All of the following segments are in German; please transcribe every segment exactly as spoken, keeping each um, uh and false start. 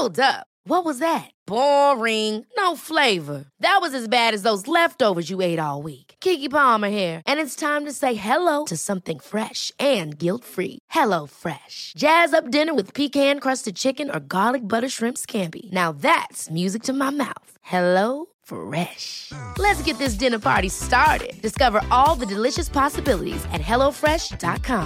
Hold up. What was that? Boring. No flavor. That was as bad as those leftovers you ate all week. Keke Palmer here. And it's time to say hello to something fresh and guilt-free. Hello Fresh. Jazz up dinner with pecan-crusted chicken or garlic butter shrimp scampi. Now that's music to my mouth. Hello Fresh. Let's get this dinner party started. Discover all the delicious possibilities at hello fresh dot com.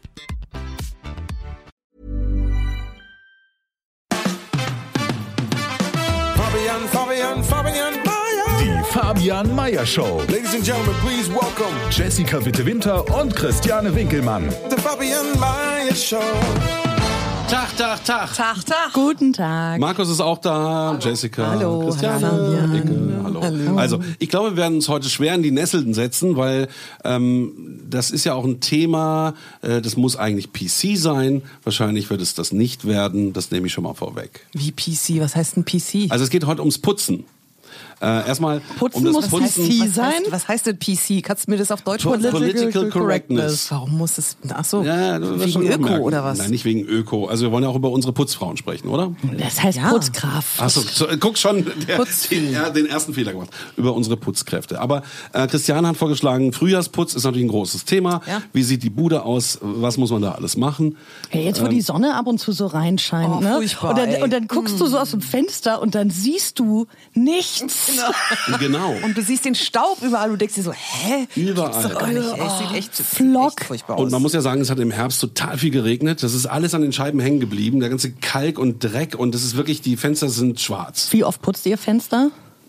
Fabian, Fabian, Fabian Meyer. Die Fabian Meyer Show. Ladies and gentlemen, please welcome Jessica Witte-Winter und Christiane Winkelmann. the Fabian Meyer Show. Tag, Tag, Tag. Tag, Tag. Guten Tag. Markus ist auch da, Jessica, Hallo, Christiane, hallo. Icke, hallo. Hallo. Also, ich glaube, wir werden uns heute schwer in die Nesseln setzen, weil ähm, das ist ja auch ein Thema, äh, das muss eigentlich P C sein. Wahrscheinlich wird es das nicht werden, das nehme ich schon mal vorweg. Wie P C? Was heißt ein P C? Also es geht heute ums Putzen. Äh, erstmal Putzen um das muss Putzen. P C was, sein? heißt, was heißt denn P C? Kannst du mir das auf Deutsch Political, sagen? Political Correctness. Warum muss es... Ach so, Ja, du wirst wegen schon Öko merken. oder was? Nein, nicht wegen Öko. Also wir wollen ja auch über unsere Putzfrauen sprechen, oder? Das heißt Ja. Putzkraft. Achso, so, guck schon, der, Putzvieh. den, ja, den ersten Fehler gemacht. Über unsere Putzkräfte. Aber äh, Christiane hat vorgeschlagen, Frühjahrsputz ist natürlich ein großes Thema. Ja. Wie sieht die Bude aus? Was muss man da alles machen? Ja, jetzt, wo die Sonne ab und zu so reinscheint, Oh, ne? furchtbar, und, dann, ey. und dann guckst du so aus dem Fenster und dann siehst du nichts. Genau. Und du siehst den Staub überall, du denkst dir so, hä? Überall. Gibt's doch gar nicht. Ey, es sieht echt, Flock. echt furchtbar aus. Und man muss ja sagen, es hat im Herbst total viel geregnet. Das ist alles an den Scheiben hängen geblieben. Der ganze Kalk und Dreck. Und das ist wirklich, die Fenster sind schwarz. Wie oft putzt ihr Fenster?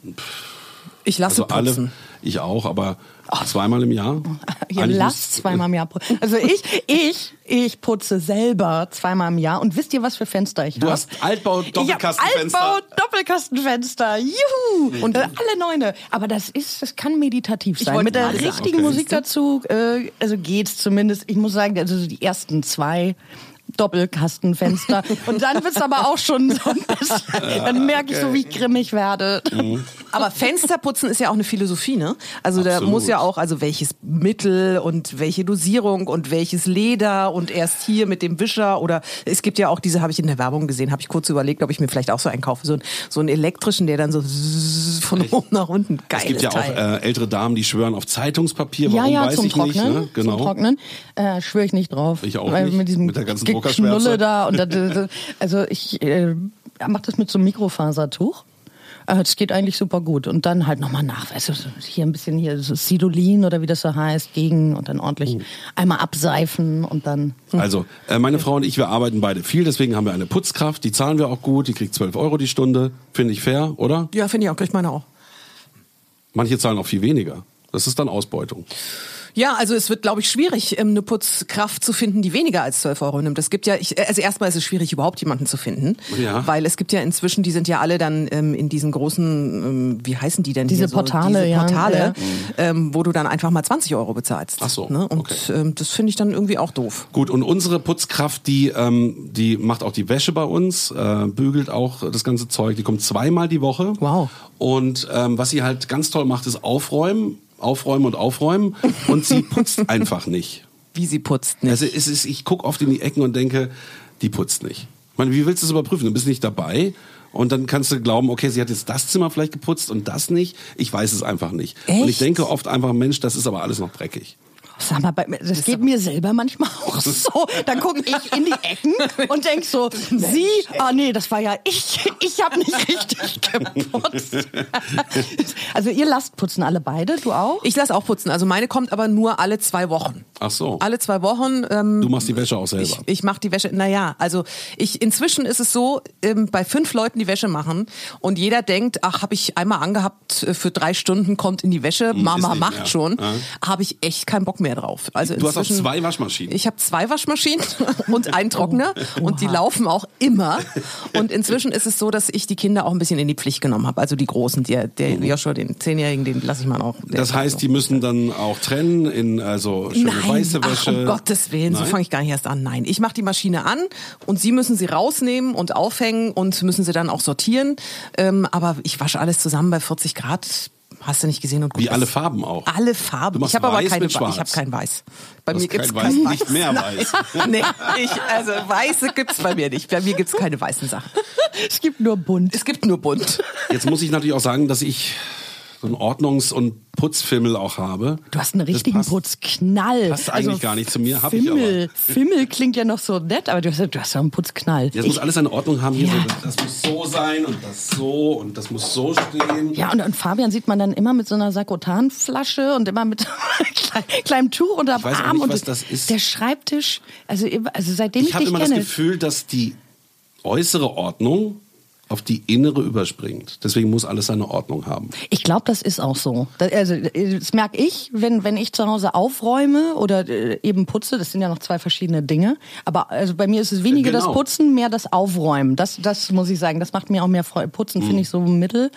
ich lasse Also putzen. alle, ich auch, aber zweimal im Jahr. Ihr Eigentlich lasst muss- zweimal im Jahr putzen. Also ich, ich, ich putze selber zweimal im Jahr. Und wisst ihr, was für Fenster ich habe? Du hast Altbau-Doppelkastenfenster. Altbau-Doppelkastenfenster. Juhu! Und äh, alle neune. Aber das ist, das kann meditativ sein. wollte Mit der gerade sagen, richtigen okay. Musik dazu, äh, also geht's zumindest. Ich muss sagen, also die ersten zwei Doppelkastenfenster. Und dann wird's aber auch schon so ein bisschen, dann merke ich so, wie ich grimmig werde. Aber Fensterputzen ist ja auch eine Philosophie, ne? Also da Absolut. muss ja auch, also welches Mittel und welche Dosierung und welches Leder und erst hier mit dem Wischer oder es gibt ja auch diese, habe ich in der Werbung gesehen, habe ich kurz überlegt, ob ich mir vielleicht auch so einen kaufe, so, ein, so einen elektrischen, der dann so von oben nach unten, geiles Es gibt ja Teil. auch äh, ältere Damen, die schwören auf Zeitungspapier. Warum Ja, ja, weiß zum ich Trocknen. nicht. Ne? Genau. Zum Trocknen äh, schwöre ich nicht drauf. Ich auch Weil nicht. Mit diesem Mit der ganzen Geknulle Druckerschwärze. da. Und das, also ich äh, mache das mit so einem Mikrofasertuch. Äh, Das geht eigentlich super gut. Und dann halt nochmal nach. Also hier ein bisschen hier so Sidolin oder wie das so heißt, gegen und dann ordentlich einmal abseifen und dann... Also, äh, meine Frau und ich, wir arbeiten beide viel, deswegen haben wir eine Putzkraft, die zahlen wir auch gut, die kriegt zwölf Euro die Stunde. Finde ich fair, oder? Ja, finde ich auch, ich meine auch. Manche zahlen auch viel weniger. Das ist dann Ausbeutung. Ja, also es wird, glaube ich, schwierig, ähm, eine Putzkraft zu finden, die weniger als zwölf Euro nimmt. Es gibt ja, ich, also erstmal ist es schwierig, überhaupt jemanden zu finden, Ja. weil es gibt ja inzwischen, die sind ja alle dann ähm, in diesen großen, ähm, wie heißen die denn? Diese hier so, Portale, diese ja. Portale, Ja. ähm, wo du dann einfach mal zwanzig Euro bezahlst. Ach so, Ne? Und okay. ähm, das finde ich dann irgendwie auch doof. Gut, und unsere Putzkraft, die, ähm, die macht auch die Wäsche bei uns, äh, bügelt auch das ganze Zeug. Die kommt zweimal die Woche. Wow. Und ähm, was sie halt ganz toll macht, ist aufräumen, aufräumen und aufräumen. Und sie putzt einfach nicht. Wie sie putzt, nicht? Also es ist, ich gucke oft in die Ecken und denke, die putzt nicht. Ich meine, wie willst du das überprüfen? Du bist nicht dabei. Und dann kannst du glauben, okay, sie hat jetzt das Zimmer vielleicht geputzt und das nicht. Ich weiß es einfach nicht. Und ich Echt? denke oft einfach, Mensch, das ist aber alles noch dreckig. Sag mal, bei, das geht mir selber manchmal auch so. Dann gucke ich in die Ecken und denk so, sie, ah nee, das war ja ich, ich habe nicht richtig geputzt. Also ihr lasst putzen alle beide, du auch? Ich lasse auch putzen. Also meine kommt aber nur alle zwei Wochen. Ach so. Alle zwei Wochen. Ähm, Du machst die Wäsche auch selber. Ich, ich mache die Wäsche, naja, also ich inzwischen ist es so, ähm, bei fünf Leuten die Wäsche machen und jeder denkt, ach, habe ich einmal angehabt, äh, für drei Stunden kommt in die Wäsche, Mama nicht, macht ja. schon, Ja. habe ich echt keinen Bock mehr drauf. Also Du hast auch inzwischen- zwei Waschmaschinen. Ich habe zwei Waschmaschinen und einen Trockner und die laufen auch immer. Und inzwischen ist es so, dass ich die Kinder auch ein bisschen in die Pflicht genommen habe. Also die Großen, der, der Joshua, den Zehnjährigen, den lasse ich mal auch. Der Das ist heißt, so. die müssen dann auch trennen in also schöne Nein, weiße ach, Wäsche. um Gottes Willen, so Nein? fange ich gar nicht erst an. Nein, ich mache die Maschine an und Sie müssen sie rausnehmen und aufhängen und müssen sie dann auch sortieren. Ähm, aber ich wasche alles zusammen bei vierzig Grad. hast du nicht gesehen und gut. Wie ist. alle Farben auch. Alle Farben. Du machst Ich habe aber weiß keine mit Schwarz. Ich habe kein Weiß. Bei Du mir hast gibt's kein kein Weiß, Weiß. nicht mehr Weiß. Nee, ich, also Weiße gibt's bei mir nicht. Bei mir gibt's keine weißen Sachen. Es gibt nur bunt. Es gibt nur bunt. Jetzt muss ich natürlich auch sagen, dass ich so einen Ordnungs- und Putzfimmel auch habe. Du hast einen Das richtigen passt- Putzknall. passt eigentlich gar nicht zu mir, hab ich Fimmel. Fimmel klingt ja noch so nett, aber du hast, du hast ja einen Putzknall. Jetzt muss alles eine Ordnung haben. Hier Ja. so, das, das muss so sein und das so und das muss so stehen. Ja, und, und Fabian sieht man dann immer mit so einer Sakrotanflasche und immer mit klein, kleinem Tuch unterm Ich weiß auch Arm. nicht, und was das ist. Der Schreibtisch, also, also seitdem ich, Ich habe dich immer kenne. das Gefühl, dass die äußere Ordnung auf die innere überspringt. Deswegen muss alles seine Ordnung haben. Ich glaube, das ist auch so. Das, also, das merke ich, wenn, wenn ich zu Hause aufräume oder äh, eben putze. Das sind ja noch zwei verschiedene Dinge. Aber also bei mir ist es weniger Genau. das Putzen, mehr das Aufräumen. Das, das muss ich sagen. Das macht mir auch mehr Freude. Putzen finde ich so mittel,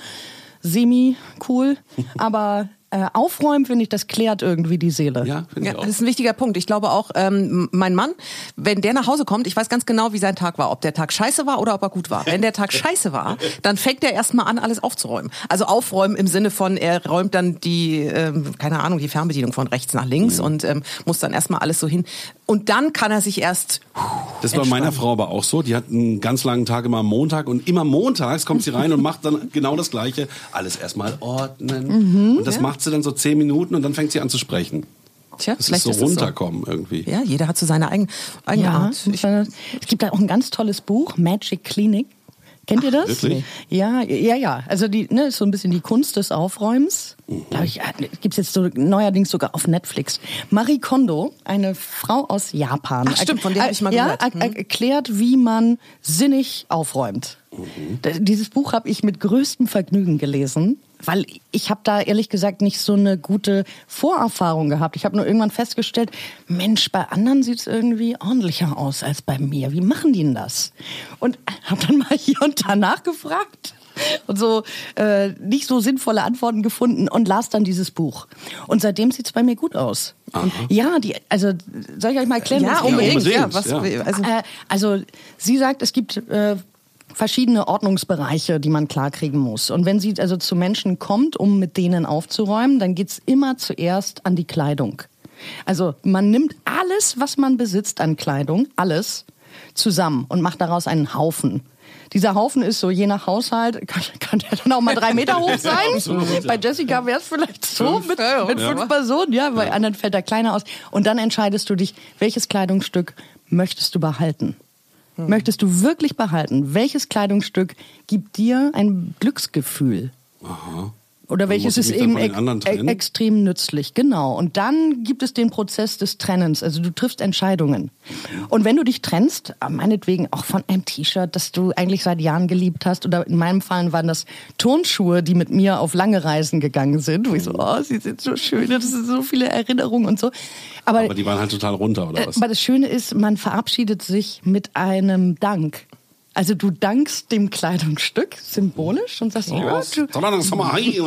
semi cool. Aber äh, aufräumen finde ich, das klärt irgendwie die Seele. Ja, finde Ja, ich auch. das ist ein wichtiger Punkt. Ich glaube auch, ähm, mein Mann, wenn der nach Hause kommt, ich weiß ganz genau, wie sein Tag war. Ob der Tag scheiße war oder ob er gut war. Wenn der Tag scheiße war, dann fängt er erstmal an, alles aufzuräumen. Also aufräumen im Sinne von, er räumt dann die, ähm, keine Ahnung, die Fernbedienung von rechts nach links und ähm, muss dann erstmal alles so hin. Und dann kann er sich erst... Das war meiner Frau aber auch so. Die hat einen ganz langen Tag immer am Montag und immer montags kommt sie rein und macht dann genau das Gleiche. Alles erstmal ordnen. Und das macht sie dann so zehn Minuten und dann fängt sie an zu sprechen. Tja, Das ist vielleicht so ist es so. runterkommen irgendwie. Ja, jeder hat so seine eigene, eigene Ja, Art. ich fand, es gibt da auch ein ganz tolles Buch, Magic Clinic. Kennt ihr das? wirklich? Ja, ja, ja. Also die, ne, ist so ein bisschen die Kunst des Aufräumens. Mhm. Glaube ich, gibt es jetzt so neuerdings sogar auf Netflix. Marie Kondo, eine Frau aus Japan. Ach, stimmt, von der hab ich mal ja, gehört. Mhm. er- erklärt, wie man sinnig aufräumt. Mhm. Da- Dieses Buch habe ich mit größtem Vergnügen gelesen, weil ich habe da ehrlich gesagt nicht so eine gute Vorerfahrung gehabt. Ich habe nur irgendwann festgestellt, Mensch, bei anderen sieht es irgendwie ordentlicher aus als bei mir. Wie machen die denn das? Und habe dann mal hier und da nachgefragt und so äh, nicht so sinnvolle Antworten gefunden und las dann dieses Buch. Und seitdem sieht es bei mir gut aus. Und ja, die, also soll ich euch mal erklären? Ja, was- unbedingt. unbedingt, Ja, was, ja. Also, äh, also sie sagt, es gibt äh, verschiedene Ordnungsbereiche, die man klarkriegen muss. Und wenn sie also zu Menschen kommt, um mit denen aufzuräumen, dann geht's immer zuerst an die Kleidung. Also man nimmt alles, was man besitzt an Kleidung, alles, zusammen und macht daraus einen Haufen. Dieser Haufen ist so, je nach Haushalt, kann, kann der dann auch mal drei Meter hoch sein. Absolut, Bei ja. Jessica wäre es vielleicht so Fünf. mit, Ja, mit ja. fünf Personen, ja, bei anderen fällt er kleiner aus. Und dann entscheidest du dich, welches Kleidungsstück möchtest du behalten? Hm. Möchtest du wirklich behalten? Welches Kleidungsstück gibt dir ein Glücksgefühl? Aha. Oder Dann welches muss ich ist mich dann eben von den ex anderen trennen? e- extrem nützlich? Genau. Und dann gibt es den Prozess des Trennens. Also du triffst Entscheidungen. Und wenn du dich trennst, meinetwegen auch von einem T-Shirt, das du eigentlich seit Jahren geliebt hast, oder in meinem Fall waren das Turnschuhe, die mit mir auf lange Reisen gegangen sind, wo ich so, oh, sie sind so schön, das sind so viele Erinnerungen und so. Aber, Aber die waren halt total runter, oder äh, was? aber das Schöne ist, man verabschiedet sich mit einem Dank. Also du dankst dem Kleidungsstück symbolisch und sagst, ja, du, das haben wir hier.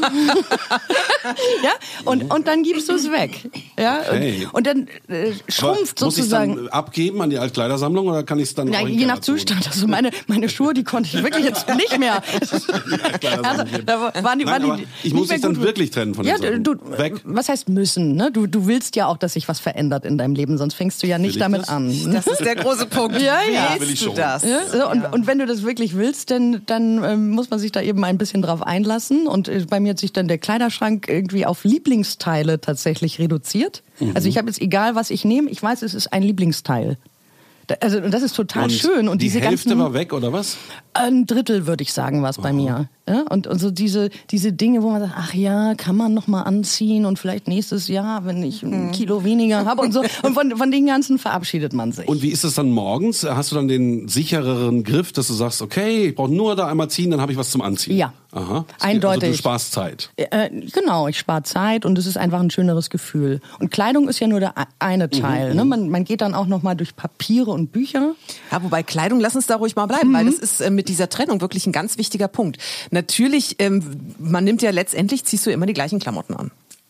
ja, und, und dann gibst du es weg. Ja, Okay. und, und dann äh, schrumpft Muss ich es sozusagen. dann abgeben an die Altkleidersammlung oder kann ich es dann Na, auch in je den nach Keller tun? Zustand. Also meine, meine Schuhe, die konnte ich wirklich jetzt nicht mehr. Also, da waren die, Nein, waren aber die ich nicht muss mehr mich dann gut. wirklich trennen von den Ja, Sachen. du, Weg. was heißt müssen? Ne? Du, du willst ja auch, dass sich was verändert in deinem Leben, sonst fängst du ja nicht ich damit das? an. das ist der große Punkt. Ja, ja. Willst Will ich du schon. das? Ja, so, und, und wenn du das wirklich willst, dann, dann ähm, muss man sich da eben ein bisschen drauf einlassen. Und äh, bei mir hat sich dann der Kleiderschrank irgendwie auf Lieblingsteile tatsächlich reduziert. Mhm. Also ich habe jetzt, egal was ich nehme, ich weiß, es ist ein Lieblingsteil. Da, also und das ist total Und schön. Und die diese Hälfte ganzen, war weg, oder was? ein Drittel, würde ich sagen, war es bei mir. Ja? Und, und so diese, diese Dinge, wo man sagt, ach ja, kann man noch mal anziehen und vielleicht nächstes Jahr, wenn ich ein Kilo weniger habe und so. Und von, von den ganzen verabschiedet man sich. Und wie ist das dann morgens? Hast du dann den sichereren Griff, dass du sagst, okay, ich brauche nur da einmal ziehen, dann habe ich was zum Anziehen? Ja. Aha. Eindeutig. Also du sparst Zeit. Äh, genau, ich spare Zeit und es ist einfach ein schöneres Gefühl. Und Kleidung ist ja nur der eine Teil. Ne? Man, man geht dann auch noch mal durch Papiere und Bücher. Ja, wobei Kleidung, lass uns da ruhig mal bleiben, weil das ist äh, mit dieser Trennung wirklich ein ganz wichtiger Punkt. Natürlich, ähm, man nimmt ja letztendlich, ziehst du immer die gleichen Klamotten an.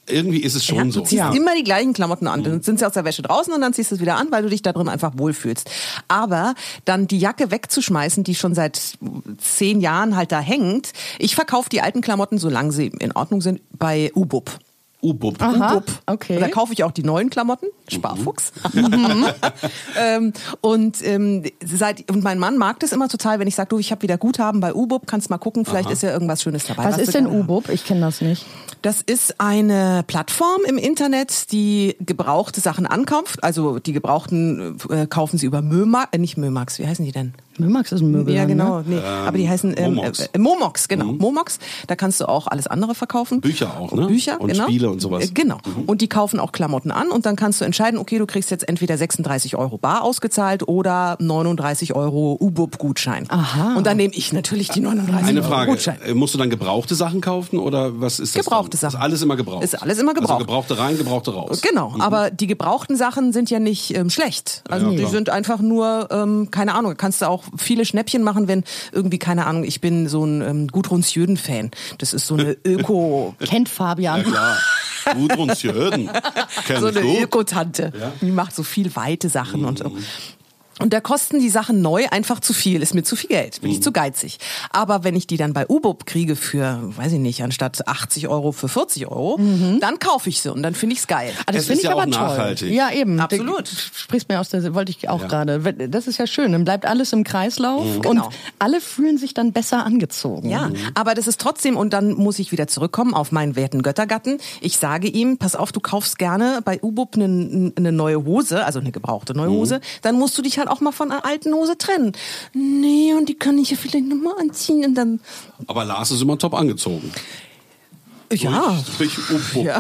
irgendwie ist es schon Ja, du so. ziehst Ja. immer die gleichen Klamotten an. Dann sind sie aus der Wäsche draußen und dann ziehst du es wieder an, weil du dich da drin einfach wohlfühlst. Aber dann die Jacke wegzuschmeißen, die schon seit zehn Jahren halt da hängt. Ich verkaufe die alten Klamotten, solange sie in Ordnung sind, bei U-Bub. U-Bub. Aha, okay. Da kaufe ich auch die neuen Klamotten, Sparfuchs. Mhm. ähm, und, ähm, seit, und mein Mann mag das immer total, wenn ich sage, du, ich habe wieder Guthaben bei U-Bub, kannst mal gucken, vielleicht ist ja irgendwas Schönes dabei. Was ist du denn gerne U-Bub? Ich kenne das nicht. Das ist eine Plattform im Internet, die gebrauchte Sachen ankauft. Also die gebrauchten äh, kaufen sie über Mömax, äh, nicht Mömax, wie heißen die denn? Mömax ist ein Möbel. Ja, ne? genau. Nee, aber die heißen ähm, Momox. Äh, Momox, genau. Momox. Da kannst du auch alles andere verkaufen. Bücher auch, ne? Bücher, Und genau. Spiele und sowas. Äh, Genau. Und die kaufen auch Klamotten an und dann kannst du entscheiden, okay, du kriegst jetzt entweder sechsunddreißig Euro bar ausgezahlt oder neununddreißig Euro U-Bub-Gutschein. Aha. Und dann nehme ich natürlich die neununddreißig Eine Euro Frage, Gutschein. äh, musst du dann gebrauchte Sachen kaufen oder was ist das? Gebrauchte dann? Sachen. Ist alles immer gebraucht? Ist alles immer gebraucht. Also gebrauchte rein, gebrauchte raus. Genau, aber die gebrauchten Sachen sind ja nicht ähm, schlecht. Also Ja, die klar. sind einfach nur, ähm, keine Ahnung, kannst du auch viele Schnäppchen machen, wenn irgendwie, keine Ahnung, ich bin so ein ähm, Gudrun-Sjöden-Fan. Das ist so eine Öko... Kennt Fabian. Klar. Gudrun Sjöden. Kenn so ich eine gut. Öko-Tante. Die macht so viel weite Sachen und so. Und da kosten die Sachen neu einfach zu viel, ist mir zu viel Geld, bin ich zu geizig. Aber wenn ich die dann bei U-Bub kriege für, weiß ich nicht, anstatt achtzig Euro für vierzig Euro, dann kaufe ich sie und dann finde ich es geil. Ah, das Es finde ist ich ja aber auch toll. nachhaltig. Ja, eben. Absolut. Du sprichst mir aus der, wollte ich auch Ja. gerade. Das ist ja schön. Dann bleibt alles im Kreislauf und Genau. alle fühlen sich dann besser angezogen. Ja, aber das ist trotzdem, und dann muss ich wieder zurückkommen auf meinen werten Göttergatten. Ich sage ihm, pass auf, du kaufst gerne bei U-Bub eine, eine neue Hose, also eine gebrauchte neue Hose, dann musst du dich halt auch mal von einer alten Hose trennen. Nee, und die kann ich ja vielleicht nochmal anziehen und dann... Aber Lars ist immer top angezogen. Ja. Durch, durch U-Bub. Ja.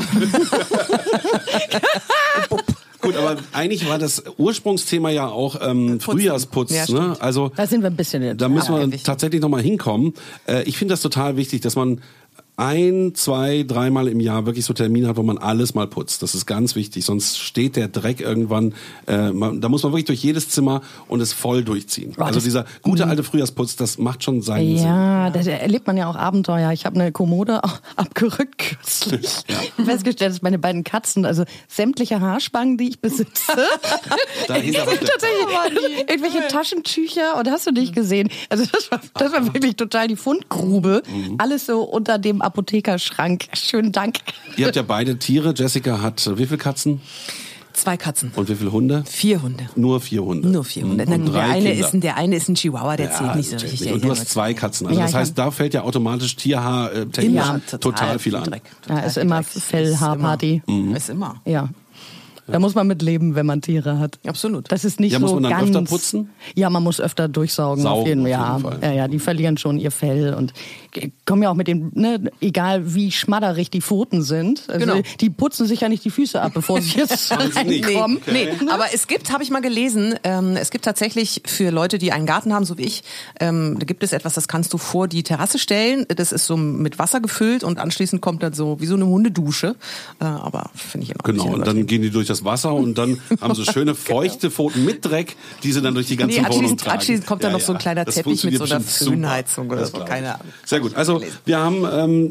Gut, aber eigentlich war das Ursprungsthema ja auch ähm, Frühjahrsputz. Ja, ne? stimmt. Also Da sind wir ein bisschen jetzt. da müssen Ja, wir wichtig. tatsächlich nochmal hinkommen. Äh, ich finde das total wichtig, dass man ein, zwei, dreimal im Jahr wirklich so Termine hat, wo man alles mal putzt. Das ist ganz wichtig, sonst steht der Dreck irgendwann. Äh, man, da muss man wirklich durch jedes Zimmer und es voll durchziehen. Oh, also das- dieser gute alte Frühjahrsputz, das macht schon seinen Sinn. Ja, da erlebt man ja auch Abenteuer. Ich habe eine Kommode auch abgerückt kürzlich. Festgestellt, dass meine beiden Katzen, also sämtliche Haarspangen, die ich besitze, Dahinter war der- tatsächlich irgendwelche Taschentücher, und hast du nicht gesehen? Also das war, das war wirklich total die Fundgrube. Alles so unter dem Apothekerschrank. Schönen Dank. Ihr habt ja beide Tiere. Jessica hat äh, wie viele Katzen Zwei Katzen. und wie viele Hunde? Vier Hunde. Nur vier Hunde. Nur vier Hunde. Und Der drei eine, Kinder. ist ein, der eine ist ein Chihuahua, der zählt nicht so zählt richtig. nicht. Und du hast zwei Katzen. Also Ja, das ich heißt, da fällt ja automatisch Tierhaar äh, technisch Ja, total, viel an. Dreck. Ja, Total ist viel immer Dreck. Fellhaarparty. Ist immer. Ist immer. Ja. Da muss man mit leben, wenn man Tiere hat. Absolut. Das ist nicht Ja, so muss man dann ganz. öfter putzen? Ja, man muss öfter durchsaugen. Saugen, auf jeden, auf ja. jeden Fall. ja, ja, die verlieren schon ihr Fell und kommen ja auch mit den, ne, egal wie schmadderig die Pfoten sind. Also Genau. Die putzen sich ja nicht die Füße ab, bevor sie jetzt Machen sie nicht. reinkommen. Nee, aber es gibt, habe ich mal gelesen, ähm, es gibt tatsächlich für Leute, die einen Garten haben, so wie ich, ähm, da gibt es etwas, das kannst du vor die Terrasse stellen. Das ist so mit Wasser gefüllt und anschließend kommt dann so wie so eine Hundedusche. Äh, aber finde ich immer ein Genau, bisschen und dann übertrieben. gehen die durch das Wasser und dann haben sie schöne feuchte Pfoten mit Dreck, die sie dann durch die ganze Nee, Wohnung anschließend- tragen. anschließend kommt dann noch so ein kleiner Das Teppich mit so einer funktioniert bestimmt Föhnheizung super. oder Das so, glaub keine ich. Ahnung. Sehr gut, also wir haben ähm,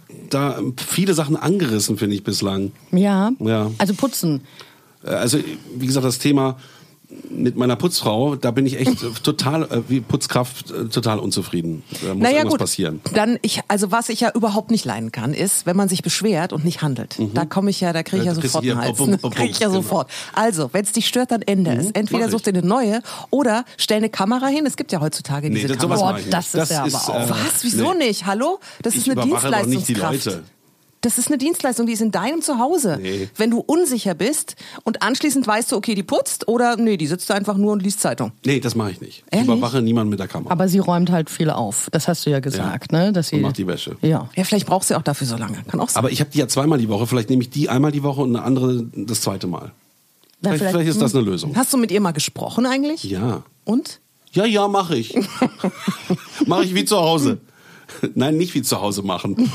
da viele Sachen angerissen, finde ich, bislang. Ja. Ja. Also putzen. Äh, Also, wie gesagt, das Thema mit meiner Putzfrau, da bin ich echt äh, total, äh, wie Putzkraft, äh, total unzufrieden. Da muss Naja, irgendwas gut. passieren. Dann ich, also was ich ja überhaupt nicht leiden kann, ist, wenn man sich beschwert und nicht handelt. Da komme ich ja, da kriege ich Ja, ja du kriegst sofort hier einen Hals. bum, bum, bum, Kriege ich ja genau. sofort. Also, wenn es dich stört, dann ändere es. mach Entweder ich. such dir eine neue oder stell eine Kamera hin. Es gibt ja heutzutage Nee, diese das, sowas Kamera. mache ich das nicht. ist ja aber auch- Was? Wieso nee. nicht? Hallo? Das Ich ist eine überwache doch nicht die Dienstleistungskraft. Leute. Das ist eine Dienstleistung, die ist in deinem Zuhause. Nee. Wenn du unsicher bist und anschließend weißt du, okay, die putzt oder nee, die sitzt da einfach nur und liest Zeitung. Nee, das mache ich nicht. Ich Ehrlich? überwache niemanden mit der Kamera. Aber sie räumt halt viel auf. Das hast du ja gesagt, ne? Dass sie Und macht die Wäsche. Ja. Ja, vielleicht braucht sie auch dafür so lange. Kann auch sein. Aber ich habe die ja zweimal die Woche. Vielleicht nehme ich die einmal die Woche und eine andere das zweite Mal. Na, Vielleicht, vielleicht ist das eine Lösung. Hast du mit ihr mal gesprochen eigentlich? Ja. Und? Ja, ja, mache ich. Mache ich wie zu Hause. Nein, nicht wie zu Hause machen.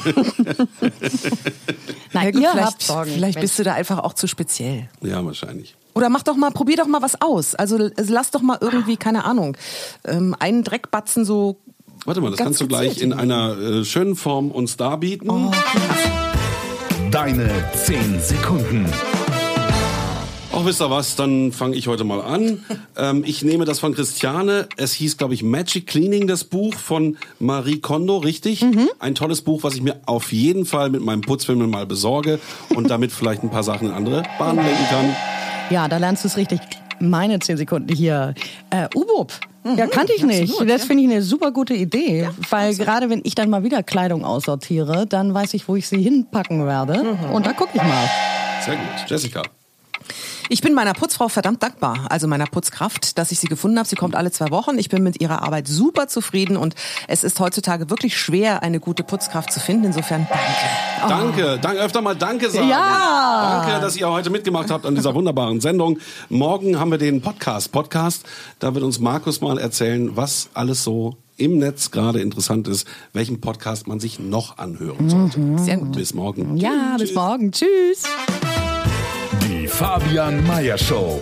Na, Ja, gut, ihr vielleicht habt Sorgen. vielleicht bist du da einfach auch zu speziell. Ja, wahrscheinlich. Oder mach doch mal, probier doch mal was aus. Also äh, lass doch mal irgendwie, keine Ahnung, ähm, einen Dreckbatzen so. Warte mal, das Ganz kannst du gleich gezielt in einer äh, schönen Form uns darbieten. Oh. Deine zehn Sekunden. Ach, wisst ihr was, dann fange ich heute mal an. ähm, ich nehme das von Christiane. Es hieß, glaube ich, Magic Cleaning, das Buch von Marie Kondo, richtig? Mhm. Ein tolles Buch, was ich mir auf jeden Fall mit meinem Putzfimmel mal besorge und damit vielleicht ein paar Sachen in andere Bahnen lenken kann. Ja, da lernst du es richtig. Meine zehn Sekunden hier. Äh, U B O P. Mhm, ja, kannte ich nicht. Absolut, das ja. finde ich eine super gute Idee. Ja, weil absolut. Gerade wenn ich dann mal wieder Kleidung aussortiere, dann weiß ich, wo ich sie hinpacken werde. Mhm. Und da gucke ich mal. Sehr gut. Jessica. Ich bin meiner Putzfrau verdammt dankbar, also meiner Putzkraft, dass ich sie gefunden habe. Sie kommt alle zwei Wochen. Ich bin mit ihrer Arbeit super zufrieden und es ist heutzutage wirklich schwer, eine gute Putzkraft zu finden. Insofern danke. Oh. Danke, danke, öfter mal danke sagen. Ja. Danke, dass ihr heute mitgemacht habt an dieser wunderbaren Sendung. Morgen haben wir den Podcast. Podcast, da wird uns Markus mal erzählen, was alles so im Netz gerade interessant ist, welchen Podcast man sich noch anhören sollte. Mhm. Sehr gut. Bis morgen. Ja, bis morgen. Tschüss. Die Fabian Meyer Show.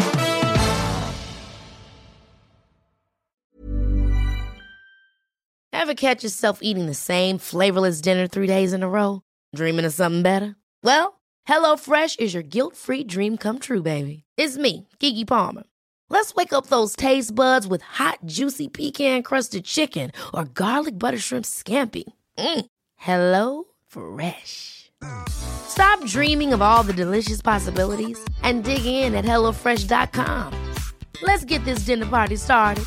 Ever catch yourself eating the same flavorless dinner three days in a row? Dreaming of something better? Well, HelloFresh is your guilt-free dream come true, baby. It's me, Keke Palmer. Let's wake up those taste buds with hot, juicy pecan-crusted chicken or garlic butter shrimp scampi. Mm. Hello Fresh. Stop dreaming of all the delicious possibilities and dig in at hello fresh dot com. Let's get this dinner party started.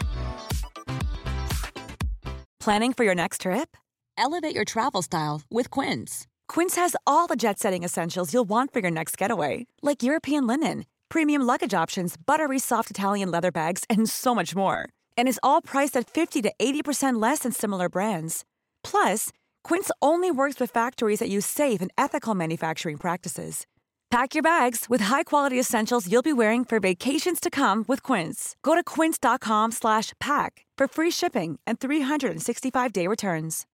Planning for your next trip? Elevate your travel style with Quince. Quince has all the jet-setting essentials you'll want for your next getaway, like European linen, premium luggage options, buttery soft Italian leather bags, and so much more. And is all priced at fifty to eighty percent less than similar brands. Plus, Quince only works with factories that use safe and ethical manufacturing practices. Pack your bags with high-quality essentials you'll be wearing for vacations to come with Quince. Go to quince dot com slash pack for free shipping and three sixty-five day returns.